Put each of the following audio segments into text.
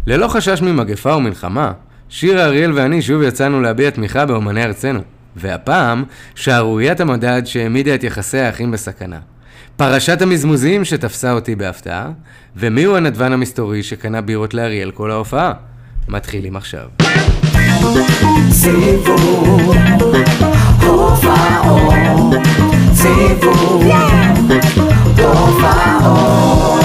ללא חשש ממגפה ומלחמה, שירה, אריאל ואני שוב יצאנו להביע תמיכה באומני ארצנו. והפעם, שערוריית המדד שהעמידה את יחסי האחים בסכנה. פרשת המזמוזים שתפסה אותי בהפתעה, ומיהו הנדבן המסתורי שקנה בירות לאריאל כל ההופעה. מתחילים עכשיו. סיבוב, הופעות, סיבוב, הופעות.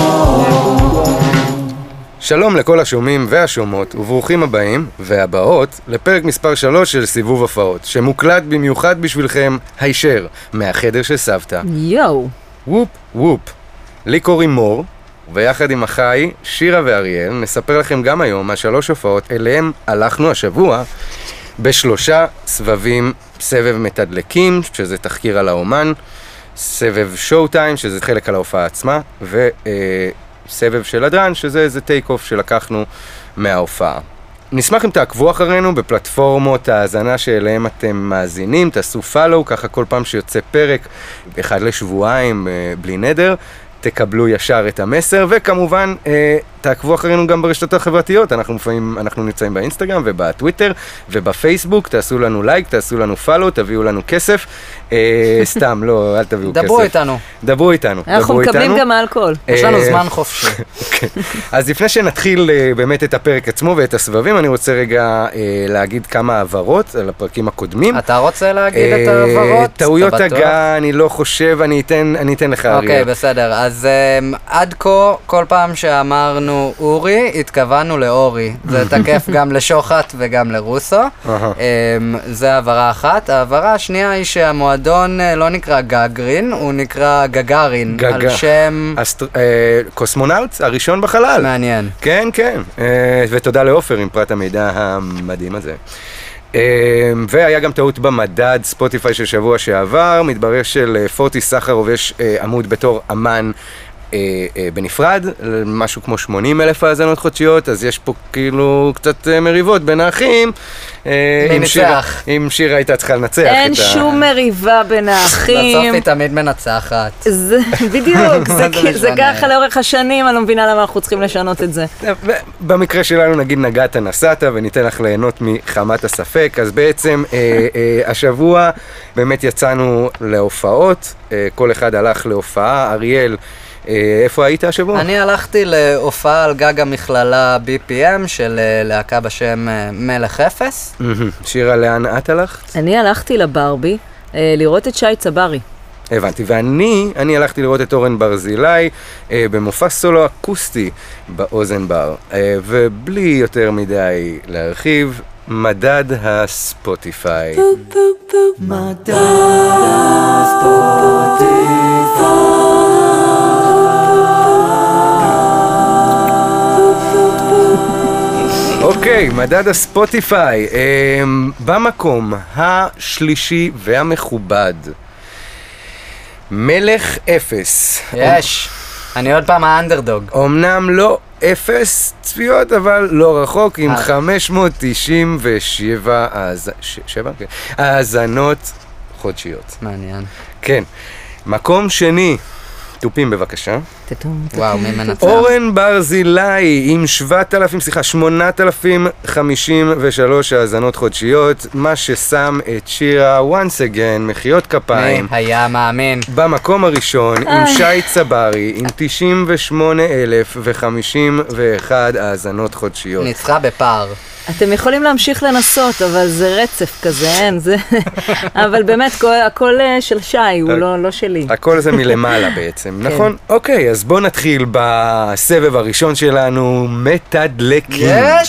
שלום לכל השומעים והשומעות, וברוכים הבאים והבאות לפרק מספר 3 של סיבוב הופעות, שמוקלט במיוחד בשבילכם הישר מהחדר של סבתא. יואו. וופ וופ. לי קוראים מור, ויחד עם אחי, שירה ואריאל, נספר לכם גם היום על 3 הופעות אליהם הלכנו השבוע בשלושה סבבים: סבב מתדלקים, שזה תחקיר על האומן, סבב שואו טיים, שזה חלק על ההופעה עצמה, וסבב של הדרן, שזה איזה טייק אוף שלקחנו מההופעה. נשמח אם תעקבו אחרינו בפלטפורמות ההאזנה שאליהם אתם מאזינים, תעשו פולו, ככה כל פעם שיוצא פרק, אחד לשבועיים בלי נדר, תקבלו ישר את המסר, וכמובן תעקבו אחרינו גם ברשתות החברתיות. אנחנו נמצאים באינסטגרם ובטוויטר ובפייסבוק. תעשו לנו לייק, תעשו לנו פולו, תביאו לנו כסף. סתם, לא, אל תביאו כסף. דברו איתנו. אנחנו מקבלים גם אלכוהול. יש לנו זמן חופשי. אז לפני שנתחיל באמת את הפרק עצמו ואת הסבבים, אני רוצה רגע להגיד כמה העברות על הפרקים הקודמים. אתה רוצה להגיד את העברות? טעויות הגה, אני לא חושב, אני אתן לך אריאל. אוקיי, בסדר. אז עד כה, כל פעם שאמרנו אורי, התכוונו לאורי. זה תקף גם לשוחט וגם לרוסו. זה העברה אחת. העברה השנייה היא שהמועדון לא נקרא גגרין, הוא נקרא גגרין. על שם... קוסמונאוט, הראשון בחלל. מעניין. כן, כן. ותודה לאופר עם פרט המידע המדהים הזה. והיה גם טעות במדד ספוטיפיי של שבוע שעבר. מתברר של פורטי סחרוב יש עמוד בתור אמן בנפרד, משהו כמו 80,000 האזנות חודשיות, אז יש פה כאילו קצת מריבות בין האחים. אם שירה הייתה צריכה לנצח. אין שום מריבה בין האחים. בסוף היא תמיד מנצחת. בדיוק, זה ככה לאורך השנים, אני לא מבינה למה אנחנו צריכים לשנות את זה. במקרה שלנו נגיד נגעת נסעת וניתן לך ליהנות מחמת הספק. אז בעצם השבוע באמת יצאנו להופעות, כל אחד הלך להופעה. אריאל, איפה היית השבוע? אני הלכתי להופעה על גג המכללה BPM של להקה בשם מלך אפס. שירה, לאן את הלכת? אני הלכתי לברבי לראות את שי צברי. הבנתי, ואני הלכתי לראות את אורן ברזילי במופע סולו אקוסטי באוזן בר. ובלי יותר מדי להרחיב, מדד הספוטיפיי. מדד הספוטיפיי. אוקיי, מדד הספוטיפיי, במקום השלישי והמכובד, מלך אפס. יש, אני עוד פעם האנדרדוג. אמנם לא 0 צפיות, אבל לא רחוק, עם 597 האזנות חודשיות. מעניין. כן, מקום שני, טופים בבקשה. וואו, מי מנצח? אורן ברזילי עם 8,053 האזנות חודשיות, מה ששם את שירה once again, מחיאות כפיים. מי היה מאמין? במקום הראשון עם שי צברי עם 98,051 האזנות חודשיות. ניצחה בפער. אתם יכולים להמשיך לנסות, אבל זה רצף כזה, אין, זה... אבל באמת, הכל של שי, הוא לא שלי. הכל זה מלמעלה בעצם, נכון? אוקיי, אז בואו נתחיל בסבב הראשון שלנו, מתדלקים. יש!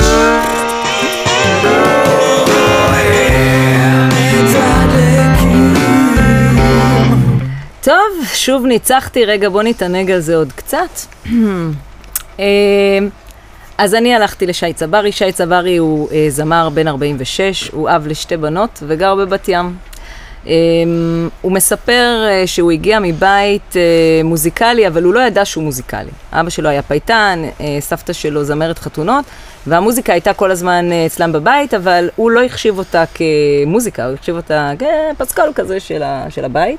טוב, שוב ניצחתי, רגע בוא נתענג על זה עוד קצת. אז אני הלכתי לשי צברי. שי צברי הוא זמר בן 46, הוא אב לשתי בנות וגר בבת ים. הוא מספר שהוא הגיע מבית מוזיקלי, אבל הוא לא ידע שהוא מוזיקלי. אבא שלו היה פייטן, סבתא שלו זמרת חתונות, והמוזיקה הייתה כל הזמן אצלם בבית, אבל הוא לא החשיב אותה כמוזיקה, הוא החשיב אותה כפסקול כזה של הבית.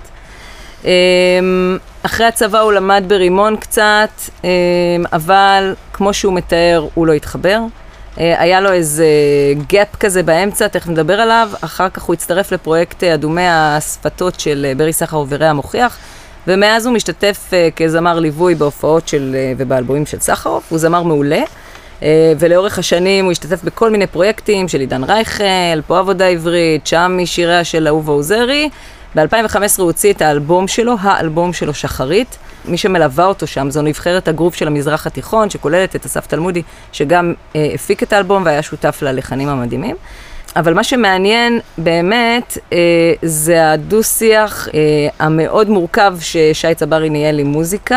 אחרי הצבא הוא למד ברימון קצת, אבל כמו שהוא מתאר הוא לא התחבר. היה לו איזה גאפ כזה באמצע, תכף נדבר עליו, אחר כך הוא הצטרף לפרויקט אדומי השפתות של ברי סחרוף ורע מוכיח, ומאז הוא משתתף כזמר ליווי בהופעות ובאלבומים של סחרוף, הוא זמר מעולה, ולאורך השנים הוא השתתף בכל מיני פרויקטים של עידן רייכל, פה עבודה עברית, שם משיריה של אהובה עוזרי. ב-2015 הוא הוציא את האלבום שלו שחרית. מי שמלווה אותו שם זו נבחרת הגרוב של המזרח התיכון, שכוללת את אסף תלמודי, שגם הפיק את האלבום והיה שותף ללחנים המדהימים. אבל מה שמעניין באמת זה הדו-שיח המאוד מורכב ששי צברי ניהל עם מוזיקה.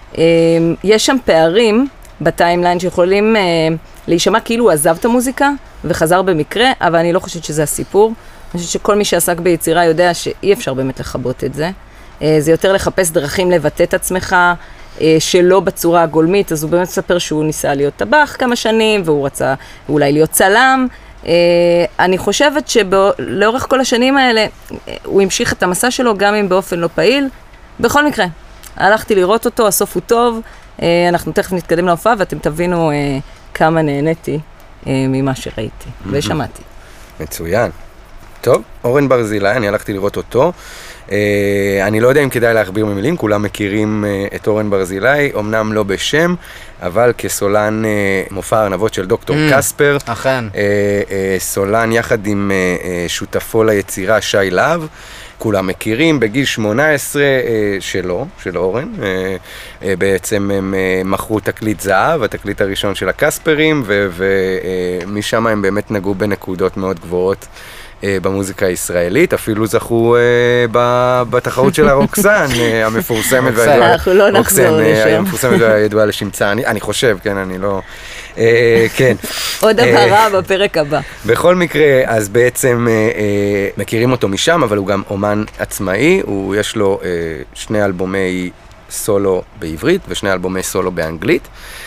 יש שם פערים בטיימליין שיכולים להישמע כאילו הוא עזב את המוזיקה וחזר במקרה, אבל אני לא חושבת שזה הסיפור. אני חושבת שכל מי שעסק ביצירה יודע שאי אפשר באמת לחבות את זה. זה יותר לחפש דרכים לבטא את עצמך שלא בצורה הגולמית, אז הוא באמת מספר שהוא ניסה להיות טבח כמה שנים, והוא רצה אולי להיות צלם. אני חושבת שלאורך כל השנים האלה הוא המשיך את המסע שלו גם אם באופן לא פעיל. בכל מקרה, הלכתי לראות אותו, הסוף הוא טוב, אנחנו תכף נתקדם להופעה ואתם תבינו כמה נהניתי ממה שראיתי ושמעתי. מצוין. טוב, אורן ברזילי, אני הלכתי לראות אותו. אני לא יודע אם כדאי להכביר במילים, כולם מכירים את אורן ברזילי, אמנם לא בשם, אבל כסולן מופע הארנבות של דוקטור קספר. אכן. סולן יחד עם שותפו ליצירה שי להב. כולם מכירים, בגיל 18 של אורן, בעצם הם מכרו תקליט זהב, התקליט הראשון של הקספרים, ומשם הם באמת נגעו בנקודות מאוד גבוהות במוזיקה הישראלית, אפילו זכו בתחרות של הרוקסן המפורסמת והידועה. אנחנו לא נחזור לשם. המפורסמת והידועה לשמצה, אני חושב, כן, אני לא... כן. עוד הבהרה בפרק הבא. בכל מקרה, אז בעצם מכירים אותו משם, אבל הוא גם אומן עצמאי, יש לו 2 אלבומי סולו בעברית ו2 אלבומי סולו באנגלית.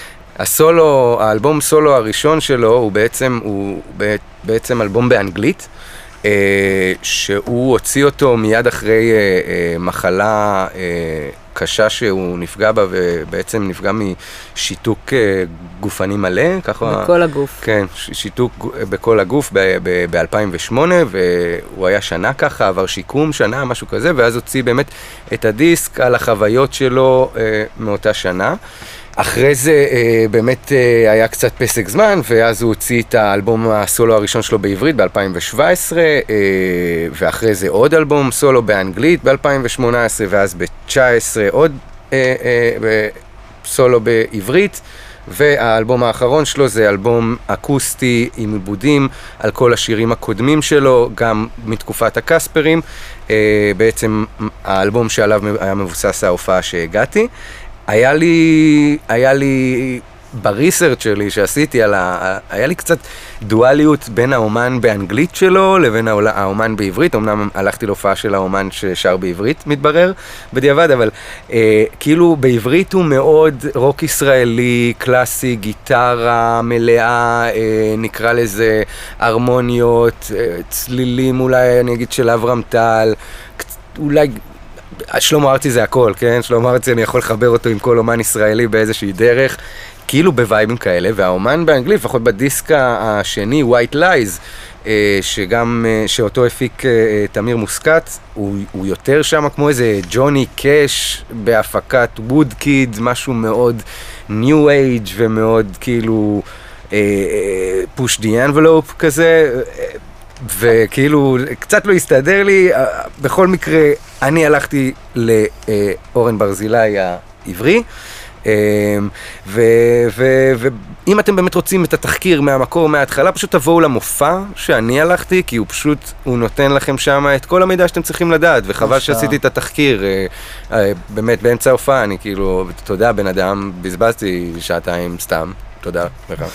האלבום סולו הראשון שלו הוא בעצם אלבום באנגלית, שהוא הוציא אותו מיד אחרי מחלה קשה שהוא נפגע בה, ובעצם נפגע משיתוק גופני מלא, ככה... בכל הגוף. כן, שיתוק בכל הגוף ב-2008, והוא היה שנה ככה, עבר שיקום שנה, משהו כזה, ואז הוציא באמת את הדיסק על החוויות שלו מאותה שנה. אחרי זה באמת היה קצת פסק זמן, ואז הוא הוציא את האלבום הסולו הראשון שלו בעברית ב-2017, ואחרי זה עוד אלבום סולו באנגלית ב-2018, ואז ב-2019 עוד סולו בעברית, והאלבום האחרון שלו זה אלבום אקוסטי עם עיבודים על כל השירים הקודמים שלו, גם מתקופת הקספרים, בעצם האלבום שעליו היה מבוסס ההופעה שהגעתי. היה לי בריסרצ' שלי שעשיתי היה לי קצת דואליות בין האומן באנגלית שלו לבין האומן בעברית. אמנם הלכתי להופעה של האומן ששר בעברית, מתברר בדיעבד, אבל כאילו בעברית הוא מאוד רוק ישראלי, קלאסי, גיטרה מלאה, נקרא לזה הרמוניות, צלילים אולי אני אגיד של אברהם טל, אולי... שלמה ארצי זה הכל, כן? שלמה ארצי אני יכול לחבר אותו עם כל אומן ישראלי באיזושהי דרך, כאילו בווייבים כאלה, והאומן באנגלית, לפחות בדיסק השני, White Lies, שאותו הפיק תמיר מוסקת, הוא יותר שם כמו איזה ג'וני קאש בהפקת וודקיד, משהו מאוד ניו אייג' ומאוד כאילו push the envelope כזה, וכאילו קצת לא הסתדר לי. בכל מקרה אני הלכתי לאורן ברזילי העברי, ואם אתם באמת רוצים את התחקיר מהמקור מההתחלה, פשוט תבואו למופע שאני הלכתי, כי הוא נותן לכם שם את כל המידע שאתם צריכים לדעת, וחבל שעשיתי את התחקיר באמת באמצע ההופעה. אני כאילו, תודה בן אדם, בזבזתי שעתיים סתם, תודה לך.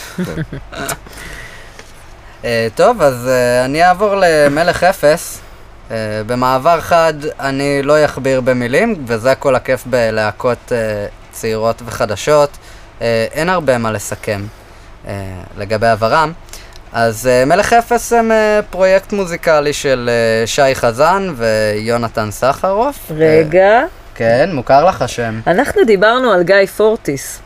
טוב, אז אני אעבור למלך אפס. במעבר חד אני לא יכביר במילים, וזה כל הכיף בלהקות צעירות וחדשות. אין הרבה מה לסכם לגבי עברם. אז מלך אפס הם פרויקט מוזיקלי של שי חזן ויונתן סחרוף. רגע. כן, מוכר לך השם. אנחנו דיברנו על גיא פורטיס.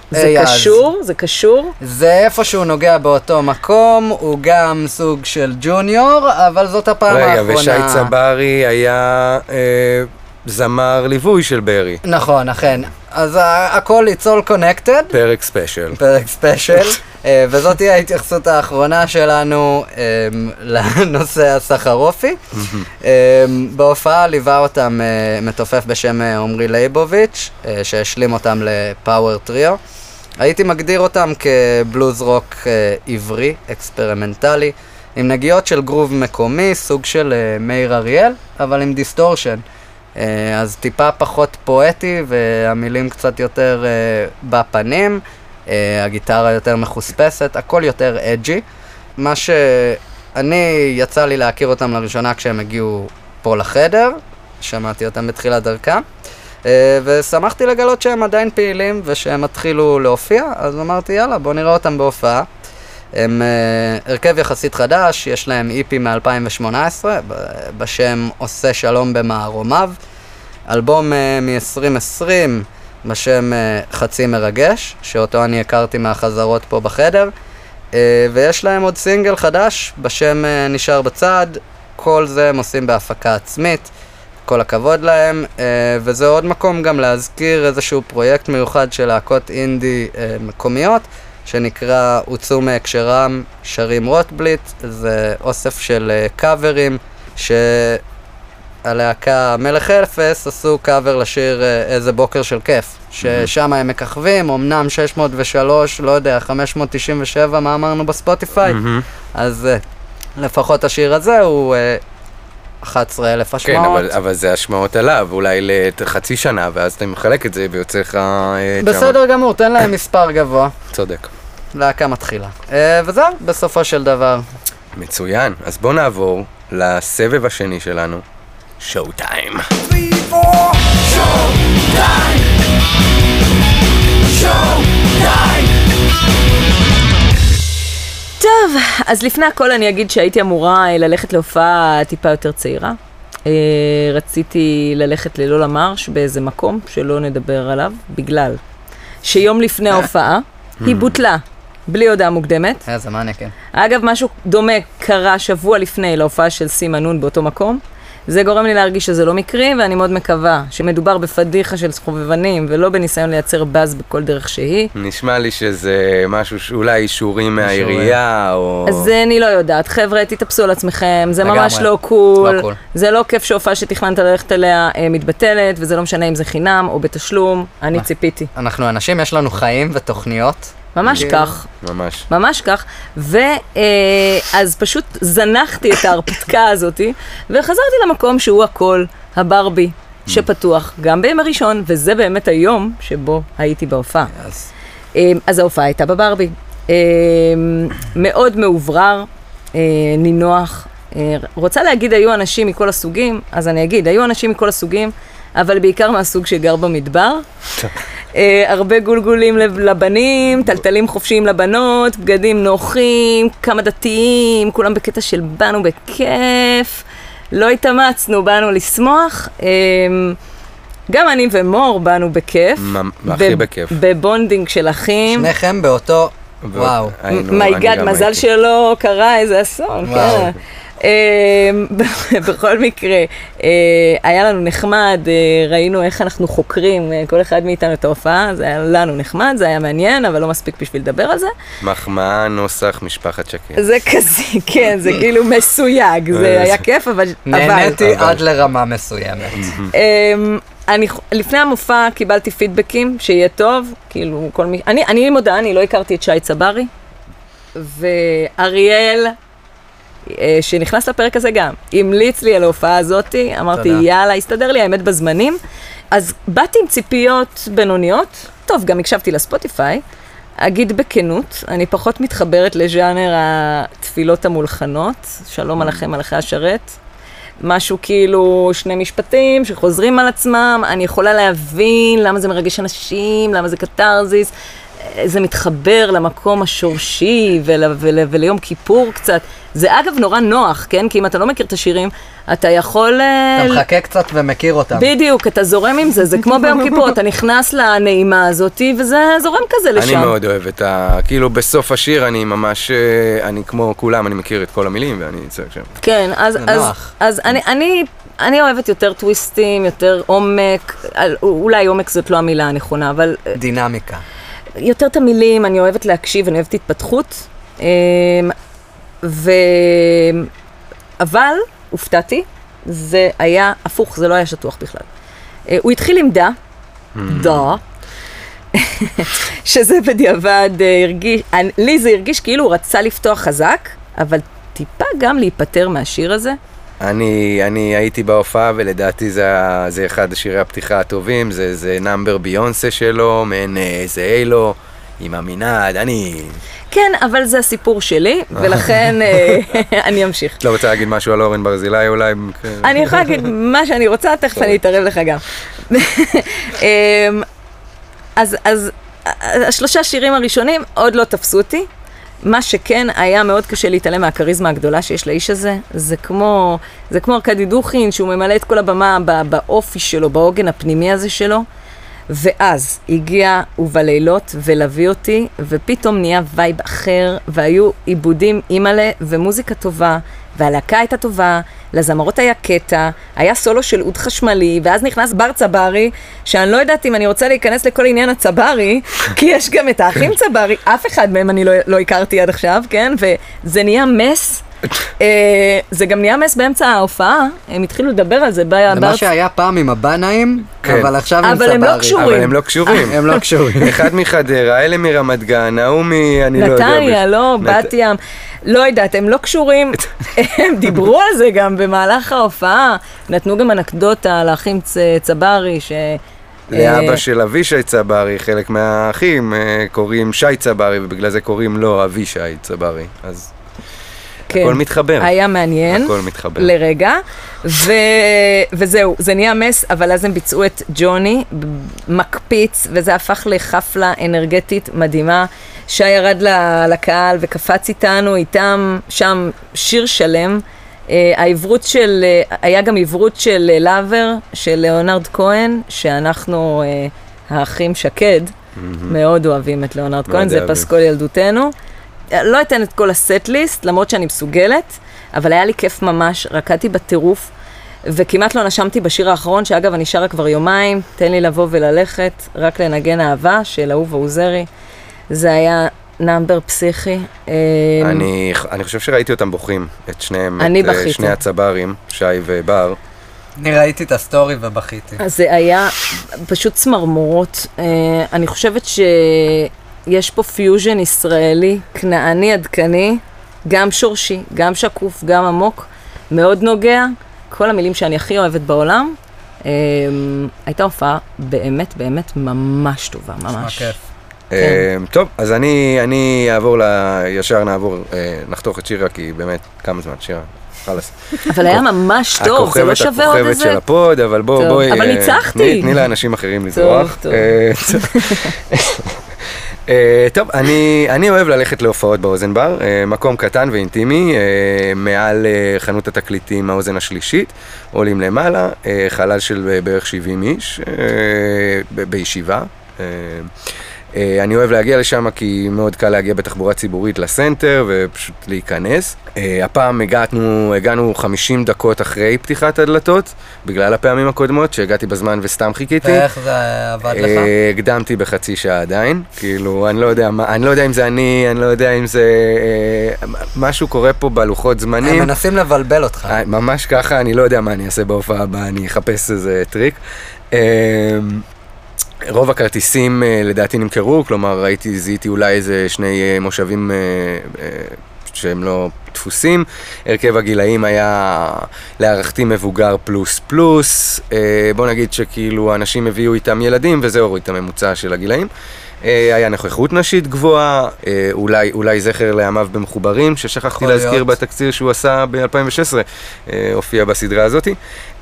זה קשור? זה קשור? זה איפשהו נוגע באותו מקום, הוא גם סוג של ג'וניור, אבל זאת הפעם האחרונה. רגע, ושי צברי היה זמר ליווי של ברי. נכון, אכן. אז הכל it's all connected. פרק ספיישל. פרק ספיישל, וזאת תהיה ההתייחסות האחרונה שלנו לנושא הסחרופי. בהופעה ליווה אותם מתופף בשם עומרי לייבוביץ', שהשלים אותם לפאוור טריו. הייתי מגדיר אותם כבלוז רוק עברי, אקספרימנטלי, עם נגיעות של גרוב מקומי, סוג של מאיר אריאל, אבל עם דיסטורשן. אז טיפה פחות פואטי והמילים קצת יותר בפנים, הגיטרה יותר מחוספסת, הכל יותר אג'י. מה שאני יצא לי להכיר אותם לראשונה כשהם הגיעו פה לחדר, שמעתי אותם בתחילת דרכם, ושמחתי לגלות שהם עדיין פעילים ושהם התחילו להופיע, אז אמרתי יאללה בוא נראה אותם בהופעה. הם הרכב יחסית חדש, יש להם איפי מ-2018 בשם עושה שלום במערומיו, אלבום מ-2020 בשם חצי מרגש, שאותו אני הכרתי מהחזרות פה בחדר, ויש להם עוד סינגל חדש בשם נשאר בצד. כל זה הם עושים בהפקה עצמית, כל הכבוד להם, וזה עוד מקום גם להזכיר איזשהו פרויקט מיוחד של להקות אינדי מקומיות שנקרא הוצאו מהקשרם שרים רוטבליט. זה אוסף של קאברים שהלהקה מלך אלפס עשו קאבר לשיר איזה בוקר של כיף, ששם הם מככבים, אמנם 603, לא יודע, 597, מה אמרנו בספוטיפיי, אז לפחות השיר הזה הוא 11,000 השמעות. כן, אבל זה השמעות עליו, אולי לחצי שנה, ואז אתה מחלק את זה ויוצא לך... בסדר גמור, תן להם מספר גבוה. צודק. להקה מתחילה. וזהו, בסופו של דבר. מצוין, אז בוא נעבור לסבב השני שלנו, שואו טיים. טוב, אז לפני הכל אני אגיד שהייתי אמורה ללכת להופעה טיפה יותר צעירה. רציתי lלכת ללולה מרש באיזה מקום שלא נדבר עליו, בגלל שיום לפני ההופעה היא בוטלה, בלי הודעה מוקדמת. זה מעניין, כן. אגב, משהו דומה קרה שבוע לפני להופעה של סימה נון באותו מקום. זה גורם לי להרגיש שזה לא מקרי, ואני מאוד מקווה שמדובר בפדיחה של סחובבנים, ולא בניסיון לייצר באז בכל דרך שהיא. נשמע לי שזה משהו שאולי אישורים מהעירייה, או... אז אני לא יודעת. חבר'ה, תתאפסו על עצמכם, זה ממש לא קול. זה לא כיף שהופעה שתכננת ללכת אליה מתבטלת, וזה לא משנה אם זה חינם או בתשלום. אני ציפיתי. אנחנו אנשים, יש לנו חיים ותוכניות. ממש כך. ממש. ממש כך. ואז פשוט זנחתי את ההרפתקה הזאת, וחזרתי למקום שהוא הכל, הברבי, שפתוח, גם ביום הראשון, וזה באמת היום שבו הייתי בהופעה. אז ההופעה הייתה בברבי. מאוד מעוברר, נינוח. רוצה להגיד היו אנשים מכל הסוגים, אז אני אגיד, היו אנשים מכל הסוגים, אבל בעיקר מהסוג שגר במדבר. הרבה גולגולים לבנים, טלטלים חופשיים לבנות, בגדים נוחים, כמה דתיים, כולם בקטע של באנו בכיף, לא התאמצנו, באנו לשמוח. גם אני ומור באנו בכיף. הכי בכיף. בבונדינג של אחים. שניכם באותו... וואו. מייגד, מזל שלא קרה איזה אסון. וואו. בכל מקרה, היה לנו נחמד, ראינו איך אנחנו חוקרים כל אחד מאיתנו את ההופעה, זה היה לנו נחמד, זה היה מעניין, אבל לא מספיק בשביל לדבר על זה. מחמאה נוסח משפחת שקד. זה כזה, כן, זה כאילו מסויג, זה היה כיף, אבל... נהניתי עד לרמה מסוימת. לפני המופע קיבלתי פידבקים שיהיה טוב, כאילו כל מי... אני מודה, אני לא הכרתי את שי צברי, ואריאל... שנכנס לפרק הזה גם, המליץ לי על ההופעה הזאת, אמרתי יאללה, הסתדר לי האמת בזמנים, אז באתי עם ציפיות בינוניות, טוב, גם הקשבתי לספוטיפיי, אגיד בכנות, אני פחות מתחברת לז'אנר התפילות המולחנות, שלום עליכם מלאכי השרת, משהו כאילו שני משפטים שחוזרים על עצמם, אני יכולה להבין למה זה מרגש אנשים, למה זה קטרזיס, זה מתחבר למקום השורשי וליום כיפור קצת. זה אגב נורא נוח, כן? כי אם אתה לא מכיר את השירים, אתה יכול... אתה מחכה קצת ומכיר אותם. בדיוק, אתה זורם עם זה, זה כמו ביום כיפור, אתה נכנס לנעימה הזאת, וזה זורם כזה לשם. אני מאוד אוהב את כאילו בסוף השיר אני ממש, אני כמו כולם, אני מכיר את כל המילים ואני צועק שם. כן, אז אני אוהבת יותר טוויסטים, יותר עומק, אולי עומק זאת לא המילה הנכונה, אבל... דינמיקה. יותר את המילים, אני אוהבת להקשיב, אני אוהבת התפתחות, אבל הופתעתי, זה היה הפוך, זה לא היה שטוח בכלל. הוא התחיל עם דה, שזה בדיעבד הרגיש, לי זה הרגיש כאילו הוא רצה לפתוח חזק, אבל טיפה גם להיפטר מהשיר הזה. אני הייתי בהופעה ולדעתי זה אחד השירי הפתיחה הטובים, זה נאמבר ביונסה שלו, מעין זה אילו, עם המנעד, כן, אבל זה הסיפור שלי, ולכן אני אמשיך. לא רוצה להגיד משהו על אורן ברזילי אולי? אני יכולה להגיד מה שאני רוצה, תכף אני אתערב לך גם. אז השלושה שירים הראשונים עוד לא תפסו אותי. מה שכן היה מאוד קשה להתעלם מהקריזמה הגדולה שיש לאיש הזה. זה כמו ארקדי דוכין, שהוא ממלא את כל הבמה באופי שלו, בעוגן הפנימי הזה שלו. ואז הגיע ובלילות ולהביא אותי, ופתאום נהיה וייב אחר, והיו עיבודים אימאלה ומוזיקה טובה, והלהקה הייתה טובה, לזמרות היה קטע, היה סולו של אוד חשמלי, ואז נכנס בר צברי, שאני לא יודעת אם אני רוצה להיכנס לכל עניין הצברי, כי יש גם את האחים צברי, אף אחד מהם אני לא הכרתי עד עכשיו, כן? וזה נהיה מס. זה גם נהיה מס באמצע ההופעה, הם התחילו לדבר על זה. זה מה שהיה פעם עם הבנאים, אבל עכשיו עם צברי. אבל הם לא קשורים. הם לא קשורים. אחד מחדרה, אלה מרמת גן, ההוא אני לא יודע. נתניה, לא, בת ים. לא יודעת, הם לא קשורים. הם דיברו על זה גם במהלך ההופעה. נתנו גם אנקדוטה לאחים צברי, לאבא של אבישי צברי, חלק מהאחים קוראים שי צברי, ובגלל זה קוראים לו אבישי צברי. אז... כן, הכל מתחבר. היה מעניין. הכל מתחבר. לרגע. וזהו, זה נהיה מס, אבל אז הם ביצעו את ג'וני, מקפיץ, וזה הפך לחפלה אנרגטית מדהימה. שי ירד לקהל וקפץ איתנו, איתם שם שיר שלם. היה גם עברות של לאבר, של ליאונרד כהן, שאנחנו, האחים שקד, מאוד אוהבים את ליאונרד כהן, זה פסקול ילדותנו. לא אתן את כל הסט-ליסט, למרות שאני מסוגלת, אבל היה לי כיף ממש, רקדתי בטירוף, וכמעט לא נשמתי בשיר האחרון, שאגב אני שרה כבר יומיים, תן לי לבוא וללכת, רק לנגן אהבה של אהוב ועוזרי. זה היה נאמבר פסיכי. אני חושב שראיתי אותם בוכים, את שניהם, אני את בכיתי. שני הצברים, שי ובר. אני ראיתי את הסטורי ובכיתי. אז זה היה פשוט צמרמורות. אני חושבת יש פה פיוז'ן ישראלי, כנעני עדכני, גם שורשי, גם שקוף, גם עמוק, מאוד נוגע, כל המילים שאני הכי אוהבת בעולם. הייתה הופעה באמת באמת ממש טובה, ממש. טוב, אז אני אעבור ישר נחתוך את שירה, כי באמת כמה זמן שירה, חלס. אבל היה ממש טוב, זה לא שווה עוד איזה... הכוכבת של הפוד, אבל בואי... אבל ניצחתי. תני לאנשים אחרים לזרוח. טוב, אני אוהב ללכת להופעות באוזן בר, מקום קטן ואינטימי, מעל חנות התקליטים האוזן השלישית, עולים למעלה, חלל של בערך 70 איש, בישיבה. אני אוהב להגיע לשם כי מאוד קל להגיע בתחבורה ציבורית לסנטר ופשוט להיכנס. הפעם הגענו 50 דקות אחרי פתיחת הדלתות, בגלל הפעמים הקודמות שהגעתי בזמן וסתם חיכיתי. ואיך זה עבד לך? הקדמתי בחצי שעה עדיין, כאילו אני לא יודע אם זה אני לא יודע אם זה משהו קורה פה בלוחות זמנים. הם מנסים לבלבל אותך. ממש ככה, אני לא יודע מה אני אעשה בהופעה הבאה, אני אחפש איזה טריק. רוב הכרטיסים לדעתי נמכרו, כלומר זיהיתי אולי איזה שני מושבים שהם לא דפוסים. הרכב הגילאים היה להערכתי מבוגר פלוס פלוס, בוא נגיד שכאילו אנשים הביאו איתם ילדים וזה הוריד את הממוצע של הגילאים. היה נוכחות נשית גבוהה, אולי זכר לימיו במחוברים, ששכחתי להזכיר בתקציר שהוא עשה ב-2016, הופיע בסדרה הזאת.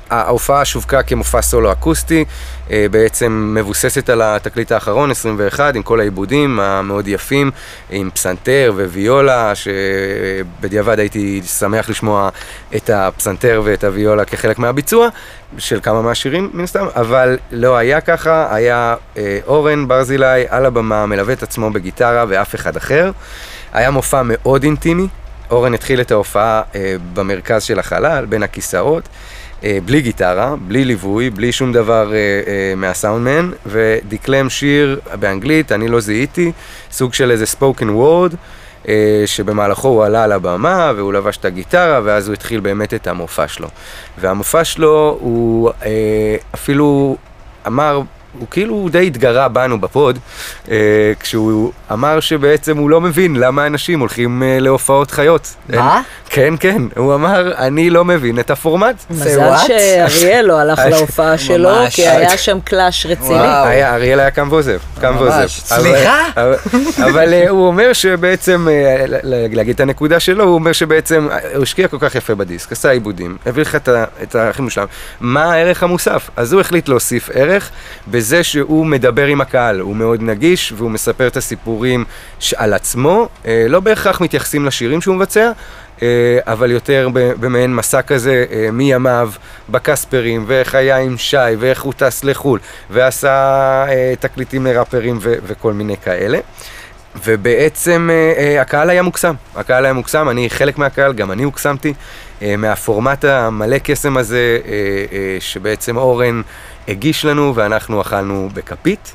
ההופעה שווקה כמופע סולו אקוסטי, בעצם מבוססת על התקליט האחרון, 21, עם כל העיבודים המאוד יפים, עם פסנתר וויולה, שבדיעבד הייתי שמח לשמוע את הפסנתר ואת הוויולה כחלק מהביצוע, של כמה מהשירים מן הסתם, אבל לא היה ככה, היה אורן ברזילי על הבמה, מלווה את עצמו בגיטרה ואף אחד אחר. היה מופע מאוד אינטימי, אורן התחיל את ההופעה במרכז של החלל, בין הכיסאות, בלי גיטרה, בלי ליווי, בלי שום דבר מהסאונדמן, ודקלם שיר באנגלית, אני לא זיהיתי, סוג של איזה spoken word, שבמהלכו הוא עלה על הבמה והוא לבש את הגיטרה, ואז הוא התחיל באמת את המופע שלו. והמופע שלו הוא אפילו אמר, הוא כאילו די התגרה בנו בפוד, כשהוא אמר שבעצם הוא לא מבין למה אנשים הולכים להופעות חיות. מה? כן, כן, הוא אמר, אני לא מבין את הפורמט. מזל שאריאל לא הלך להופעה שלו, כי היה שם קלאש רציני. אריאל היה קם ועוזב, קם ועוזב. סליחה? אבל הוא אומר שבעצם, להגיד את הנקודה שלו, הוא אומר שבעצם הוא השקיע כל כך יפה בדיסק, עשה עיבודים, הביא לך את הערכים מושלם. מה הערך המוסף? אז הוא החליט להוסיף ערך בזה שהוא מדבר עם הקהל, הוא מאוד נגיש והוא מספר את הסיפורים על עצמו, לא בהכרח מתייחסים לשירים שהוא מבצע, אבל יותר במעין מסע כזה מימיו בקספרים, ואיך היה עם שי, ואיך הוא טס לחול, ועשה תקליטים לראפרים וכל מיני כאלה. ובעצם הקהל היה מוקסם, אני חלק מהקהל, גם אני הוקסמתי מהפורמט המלא קסם הזה שבעצם אורן הגיש לנו ואנחנו אכלנו בכפית.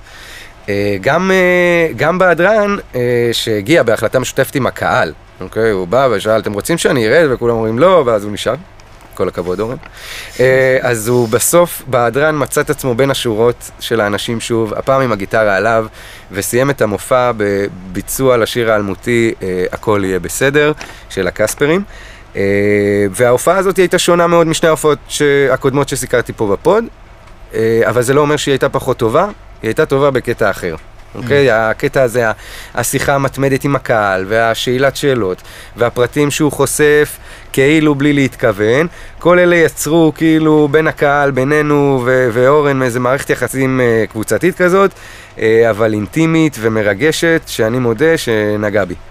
גם בהדרן שהגיע בהחלטה משותפת עם הקהל, אוקיי, הוא בא ושאל, אתם רוצים שאני ארד? וכולם אומרים לא, ואז הוא נשאר. כל הכבוד, אורן. אז הוא בסוף, בהדרן, מצא את עצמו בין השורות של האנשים שוב, הפעם עם הגיטרה עליו, וסיים את המופע בביצוע לשיר האלמותי, הכל יהיה בסדר, של הקספרים. וההופעה הזאת הייתה שונה מאוד משני ההופעות הקודמות שסיקרתי פה בפוד, אבל זה לא אומר שהיא הייתה פחות טובה, היא הייתה טובה בקטע אחר. אוקיי? הקטע הזה, השיחה המתמדת עם הקהל, והשאלת שאלות, והפרטים שהוא חושף כאילו בלי להתכוון, כל אלה יצרו כאילו בין הקהל, בינינו ואורן, מאיזה מערכת יחסים קבוצתית כזאת, אבל אינטימית ומרגשת, שאני מודה שנגע בי.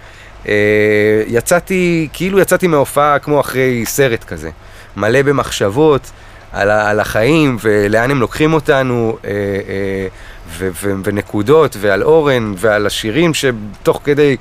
יצאתי מההופעה כמו אחרי סרט כזה, מלא במחשבות על החיים ולאן הם לוקחים אותנו, ונקודות, ועל אורן, ועל השירים שתוך כדי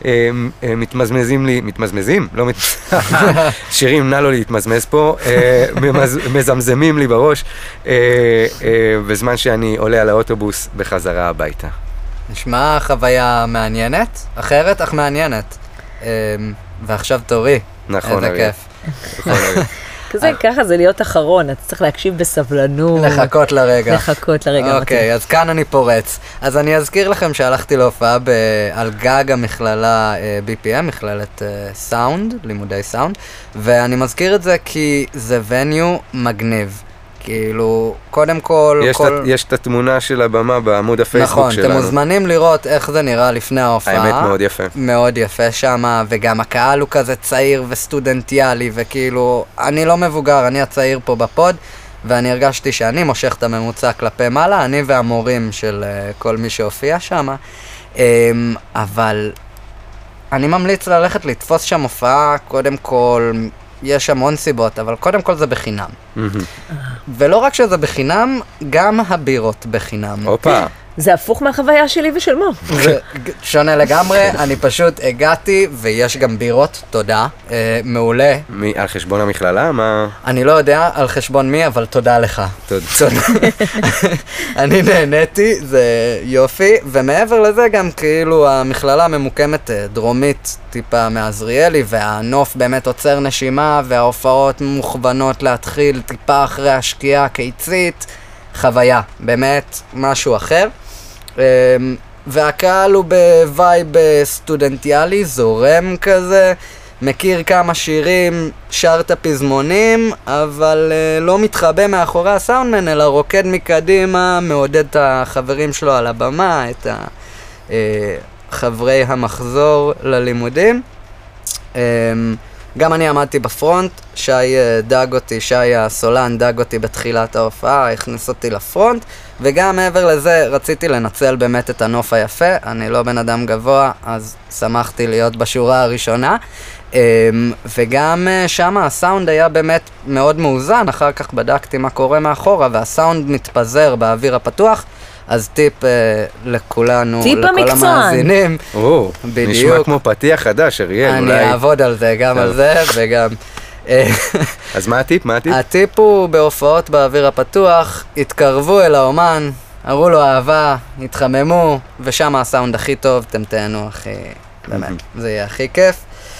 מתמזמזים? לא שירים, נע לו להתמזמז פה, מזמזמים לי בראש, בזמן שאני עולה על האוטובוס בחזרה הביתה. נשמע חוויה מעניינת, אחרת אך מעניינת. ועכשיו תורי. נכון, איזה כיף. נכון, אריאל. ככה זה להיות אחרון, אתה צריך להקשיב בסבלנות. לחכות לרגע. אוקיי, אז כאן אני פורץ. אז אני אזכיר לכם שהלכתי להופעה על גג המכללה BPM, מכללת סאונד, לימודי סאונד, ואני מזכיר את זה כי זה וניו מגניב. כאילו, קודם כל... יש את התמונה של הבמה בעמוד הפייסבוק שלנו. נכון, אתם מוזמנים לראות איך זה נראה לפני ההופעה. האמת מאוד יפה. מאוד יפה שמה, וגם הקהל הוא כזה צעיר וסטודנטיאלי, וכאילו, אני לא מבוגר, אני הצעיר פה בפוד, ואני הרגשתי שאני מושך את הממוצע כלפי מעלה, אני והמורים של כל מי שהופיע שמה, אבל אני ממליץ ללכת לתפוס שם הופעה, קודם כל... יש המון סיבות, אבל קודם כל זה בחינם. ולא רק שזה בחינם, גם הבירות בחינם. אופה. זה הפוך מהחוויה שלי ושל מו. זה שונה לגמרי, אני פשוט הגעתי, ויש גם בירות, תודה, מעולה. על חשבון המכללה? מה? אני לא יודע על חשבון מי, אבל תודה לך. תודה. אני נהניתי, זה יופי, ומעבר לזה גם כאילו המכללה ממוקמת דרומית טיפה מעזריאלי, והנוף באמת עוצר נשימה, וההופעות מוכוונות להתחיל טיפה אחרי השקיעה קיצית, חוויה, באמת משהו אחר. והקהל הוא בווייב סטודנטיאלי, זורם כזה, מכיר כמה שירים, שר את הפזמונים, אבל לא מתחבא מאחורי הסאונדמן, אלא רוקד מקדימה, מעודד את החברים שלו על הבמה, את חברי המחזור ללימודים. גם אני עמדתי בפרונט, שי דאג אותי, שי הסולן דאג אותי בתחילת ההופעה, הכניס אותי לפרונט, וגם מעבר לזה רציתי לנצל באמת את הנוף היפה, אני לא בן אדם גבוה, אז שמחתי להיות בשורה הראשונה, וגם שם הסאונד היה באמת מאוד מאוזן, אחר כך בדקתי מה קורה מאחורה, והסאונד מתפזר באוויר הפתוח, אז טיפ לכולנו, לכל המאזינים. בדיוק. נשמע כמו פתיח חדש, אריאל, אולי. אני אעבוד על זה, גם על זה וגם... אז מה הטיפ? הטיפ הוא בהופעות באוויר הפתוח, התקרבו אל האומן, הראו לו אהבה, התחממו, ושם הסאונד הכי טוב, אתם תהנו הכי... באמת, זה יהיה הכי כיף.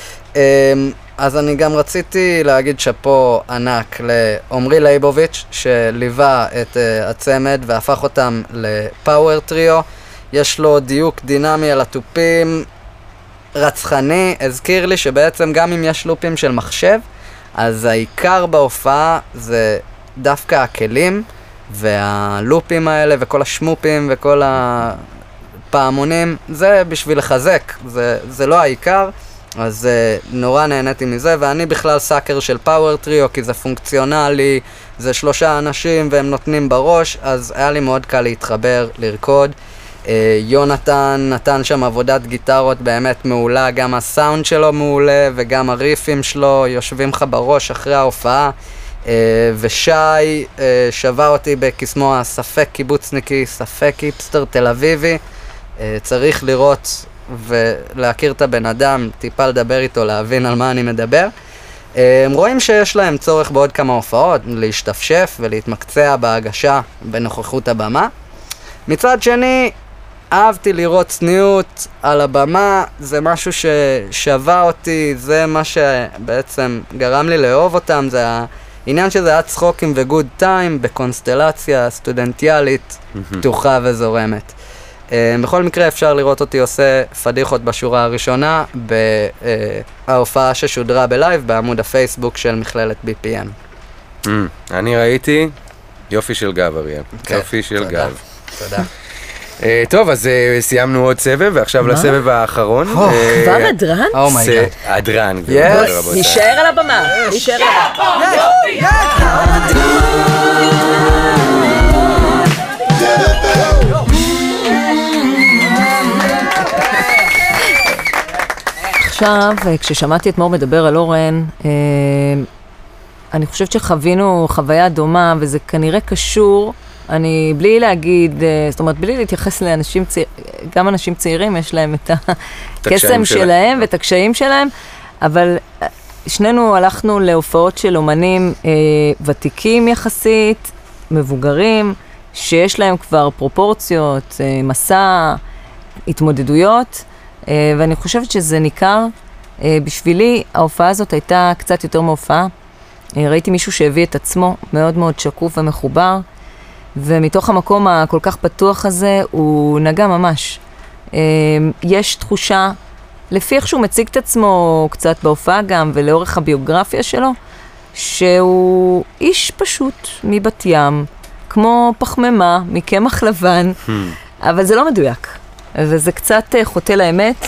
אז אני גם רציתי להגיד שפה ענק לעומרי ליבוביץ' שליווה את הצמד והפך אותם לפאוור טריו. יש לו דיוק דינמי על הטופים, רצחני, הזכיר לי שבעצם גם אם יש לופים של מחשב, אז העיקר בהופעה זה דווקא הכלים והלופים האלה וכל השמופים וכל הפעמונים, זה בשביל לחזק, זה לא העיקר. אז נורא נהניתי מזה, ואני בכלל סאקר של פאוור טריו, כי זה פונקציונלי, זה 3 אנשים והם נותנים בראש, אז היה לי מאוד קל להתחבר, לרקוד. יונתן נתן שם עבודת גיטרות באמת מעולה, גם הסאונד שלו מעולה וגם הריפים שלו יושבים לך בראש אחרי ההופעה. ושי שווה אותי בקסמו הספק קיבוצניקי, ספק היפסטר תל אביבי. צריך לראות ולהכיר את הבן אדם, טיפה לדבר איתו, להבין על מה אני מדבר. הם רואים שיש להם צורך בעוד כמה הופעות, להשתפשף ולהתמקצע בהגשה בנוכחות הבמה. מצד שני, אהבתי לראות צניעות על הבמה, זה משהו ששווה אותי, זה מה שבעצם גרם לי לאהוב אותם, זה העניין שזה היה צחוקים וגוד טיים בקונסטלציה סטודנטיאלית, פתוחה וזורמת. בכל מקרה אפשר לראות אותי עושה פדיחות בשורה הראשונה בהופעה ששודרה בלייב בעמוד הפייסבוק של מכללת BPM. אני ראיתי יופי של גב, אריאל. יופי של גב. תודה. טוב, אז סיימנו עוד סבב, ועכשיו לסבב האחרון. כבר הדרן? אומייגאד. הדרן. נשאר על הבמה. נשאר על הבמה. עכשיו, כששמעתי את מור מדבר על אורן, אני חושבת שחווינו חוויה דומה, וזה כנראה קשור, אני בלי להגיד, זאת אומרת, בלי להתייחס לאנשים צעירים, גם אנשים צעירים יש להם את הקסם שלהם ואת הקשיים שלהם, אבל שנינו הלכנו להופעות של אומנים ותיקים יחסית, מבוגרים, שיש להם כבר פרופורציות, מסע, התמודדויות, ואני חושבת שזה ניכר. בשבילי ההופעה הזאת הייתה קצת יותר מהופעה. ראיתי מישהו שהביא את עצמו מאוד מאוד שקוף ומחובר, ומתוך המקום הכל כך פתוח הזה הוא נגע ממש. יש תחושה, לפי איך שהוא מציג את עצמו קצת בהופעה גם, ולאורך הביוגרפיה שלו, שהוא איש פשוט מבת ים, כמו פחמימה, מקמח לבן, אבל זה לא מדויק. וזה קצת חוטא לאמת,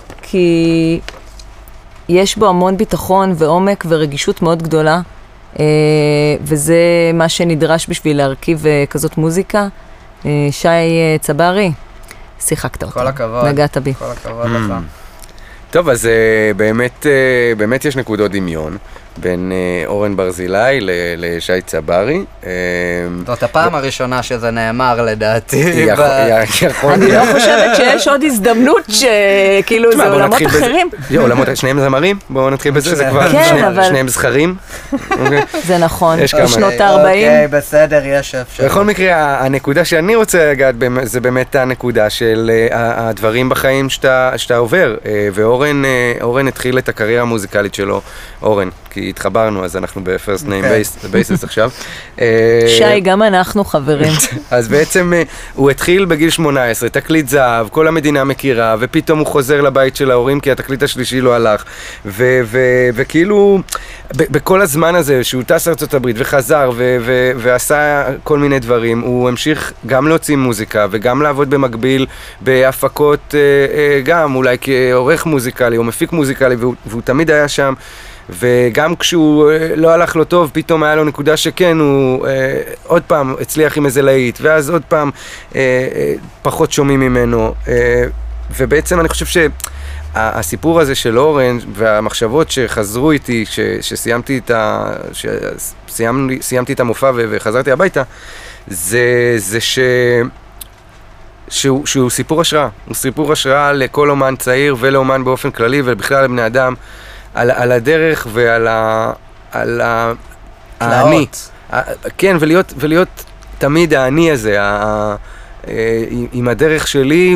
כי יש בו המון ביטחון ועומק ורגישות מאוד גדולה, וזה מה שנדרש בשביל להרכיב כזאת מוזיקה. שי צברי, שיחקת אותה. כל הכבוד. נגעת בי. כל הכבוד לך. טוב, אז באמת יש נקודות דמיון בין אורן ברזילי לשי צברי. זאת הפעם הראשונה שזה נאמר לדעתי. אני לא חושבת שיש עוד הזדמנות שכאילו זה עולמות אחרים. עולמות, שניהם זמרים? בואו נתחיל בזה, זה כבר שניהם זכרים. זה נכון, בשנות ה-40. אוקיי, בסדר, יש אפשר. בכל מקרה, הנקודה שאני רוצה לגעת זה באמת הנקודה של הדברים בחיים שאתה עובר. ואורן התחיל את הקריירה המוזיקלית שלו, אורן, כי התחברנו, אז אנחנו ב-first name basis עכשיו. שי, גם אנחנו חברים. אז בעצם הוא התחיל בגיל 18, תקליט זהב, כל המדינה מכירה, ופתאום הוא חוזר לבית של ההורים, כי התקליט השלישי לא הלך. וכאילו, בכל הזמן הזה, שהוא טס ארצות הברית וחזר ועשה כל מיני דברים, הוא המשיך גם להוציא מוזיקה, וגם לעבוד במקביל בהפקות, גם אולי כעורך מוזיקלי או מפיק מוזיקלי, והוא תמיד היה שם. וגם כשהוא לא הלך לו טוב, פתאום היה לו נקודה שכן, הוא עוד פעם הצליח עם איזה להיט, ואז עוד פעם פחות שומעים ממנו, ובעצם אני חושב שהסיפור הזה של אורן והמחשבות שחזרו איתי, שסיימתי את המופע וחזרתי הביתה, זה שהוא סיפור השראה, הוא סיפור השראה לכל אומן צעיר ולאומן באופן כללי ובכלל לבני אדם, על הדרך ועל האני. כן, ולהיות תמיד האני הזה, עם הדרך שלי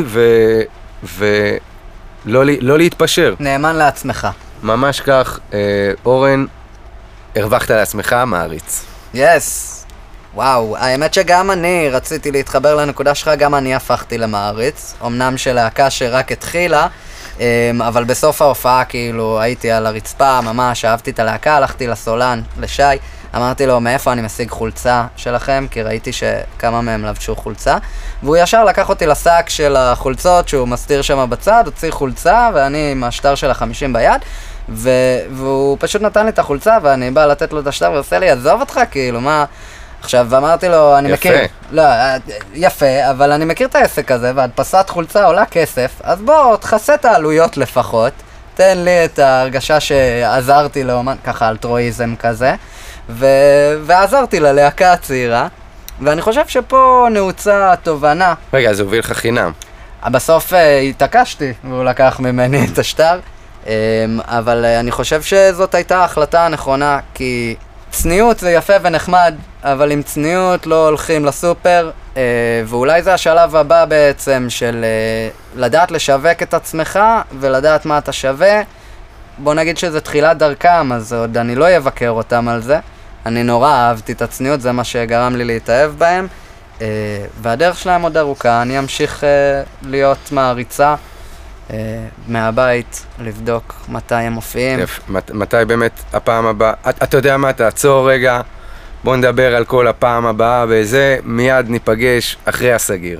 ולא להתפשר. נאמן לעצמך. ממש כך, אורן, הרווחת לעצמך, מעריץ. יס. וואו, האמת שגם אני רציתי להתחבר לנקודה שלך, גם אני הפכתי למעריץ, אמנם של להקה שרק התחילה, אבל בסוף ההופעה כאילו הייתי על הרצפה, ממש אהבתי את הלהקה, הלכתי לסולן, לשי, אמרתי לו מאיפה אני משיג חולצה שלכם, כי ראיתי שכמה מהם לבשו חולצה, והוא ישר לקח אותי לשק של החולצות שהוא מסתיר שם בצד, הוציא חולצה ואני עם השטר של 50 ביד, והוא פשוט נתן לי את החולצה ואני בא לתת לו את השטר ועושה לי, עזוב אותך, כאילו מה... עכשיו, אמרתי לו, אני מכיר... לא, יפה, אבל אני מכיר את העסק הזה, והדפסת חולצה עולה כסף, אז בוא, תחסה את העלויות לפחות, תן לי את ההרגשה שעזרתי לאומן, ככה אלטרואיזם כזה, ועזרתי ללהקה הצעירה, ואני חושב שפה נעוצה תובנה. רגע, אז הוביל לך חינם. בסוף התעקשתי, והוא לקח ממני את השטר, אבל אני חושב שזאת הייתה ההחלטה הנכונה, כי... צניעות זה יפה ונחמד, אבל עם צניעות לא הולכים לסופר, ואולי זה השלב הבא בעצם של לדעת לשווק את עצמך ולדעת מה אתה שווה. בוא נגיד שזה תחילת דרכם, אז עוד אני לא אבקר אותם על זה. אני נורא אהבתי את הצניעות, זה מה שגרם לי להתאהב בהם, והדרך שלהם עוד ארוכה, אני אמשיך להיות מעריצה. מהבית, לבדוק מתי הם מופיעים. מתי באמת הפעם הבאה? אתה יודע מה, תעצור רגע, בוא נדבר על כל הפעם הבאה וזה, מיד ניפגש אחרי הסגיר.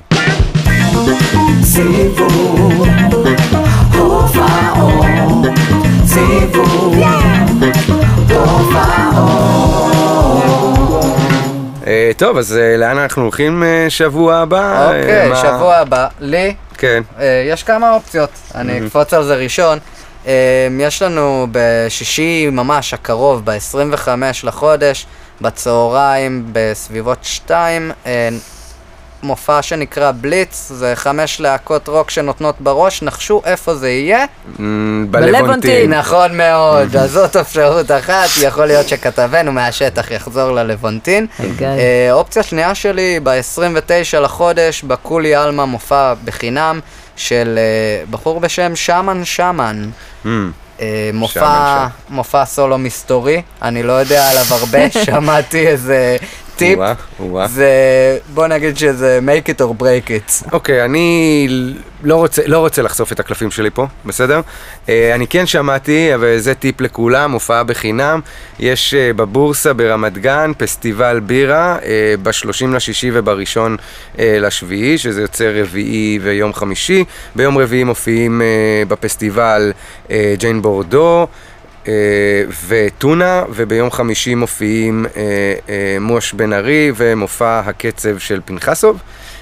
סיבוב, הופעות, סיבוב, הופעות. טוב, אז לאן אנחנו הולכים שבוע הבא? אוקיי, שבוע הבא, לי? כן. יש כמה אופציות, אני אקפוץ על זה ראשון. יש לנו בשישי ממש הקרוב, ב-25 לחודש, בצהריים, בסביבות 2, מופע שנקרא בליץ, זה 5 להקות רוק שנותנות בראש, נחשו איפה זה יהיה? בלוונטין. נכון מאוד, אז זאת אפשרות אחת, יכול להיות שכתבנו מהשטח יחזור ללוונטין. אופציה שנייה שלי, ב-29 לחודש, בקולי אלמה מופע בחינם של בחור בשם שמן. מופע סולו מסתורי, אני לא יודע עליו הרבה, שמעתי איזה טיפ, זה בוא נגיד שזה make it or break it. אוקיי, אני לא רוצה לחשוף את הקלפים שלי פה, בסדר? אני כן שמעתי, אבל זה טיפ לכולם, הופעה בחינם, יש בבורסה ברמת גן, פסטיבל בירה, ב-30 ובראשון לשביעי, שזה יוצא רביעי ויום חמישי, ביום רביעי מופיעים בפסטיבל ג'יין בורדו, וטונה, וביום חמישי מופיעים מוש בן ארי ומופע הקצב של פנחסוב.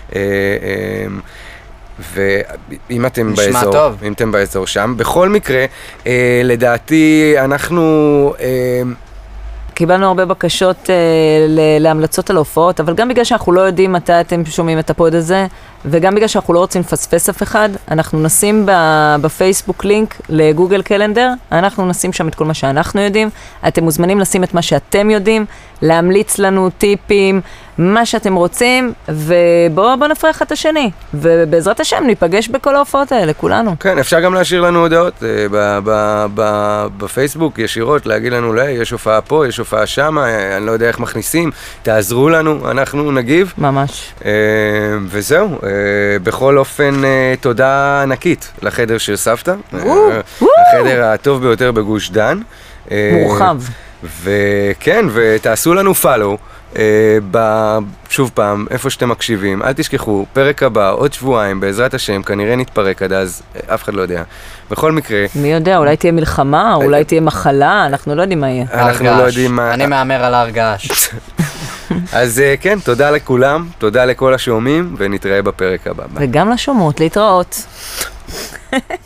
ואם אתם באזור, אם אתם באזור שם, בכל מקרה, לדעתי אנחנו... קיבלנו הרבה בקשות להמלצות על הופעות, אבל גם בגלל שאנחנו לא יודעים מתי אתם שומעים את הפוד הזה, וגם בגלל שאנחנו לא רוצים לפספס אף אחד, אנחנו נשים בפייסבוק לינק לגוגל קלנדר, אנחנו נשים שם את כל מה שאנחנו יודעים, אתם מוזמנים לשים את מה שאתם יודעים, להמליץ לנו טיפים, מה שאתם רוצים, ובואו נפריח את השני, ובעזרת השם ניפגש בכל ההופעות האלה, כולנו. כן, אפשר גם להשאיר לנו הודעות בפייסבוק ישירות, להגיד לנו, יש הופעה פה, יש הופעה שם, אני לא יודע איך מכניסים, תעזרו לנו, אנחנו נגיב. ממש. וזהו, בכל אופן תודה ענקית לחדר של סבתא, החדר הטוב ביותר בגוש דן. מורחב. וכן, ותעשו לנו פולו, שוב פעם, איפה שאתם מקשיבים, אל תשכחו, פרק הבא, עוד שבועיים, בעזרת השם, כנראה נתפרק עד אז, אף אחד לא יודע. בכל מקרה... מי יודע, אולי תהיה מלחמה, אולי תהיה מחלה, אנחנו לא יודעים מה יהיה. אנחנו לא יודעים מה... אני מאמר על ההרגש. אז כן, תודה לכולם, תודה לכל השומעים, ונתראה בפרק הבא. וגם לשומעות, להתראות.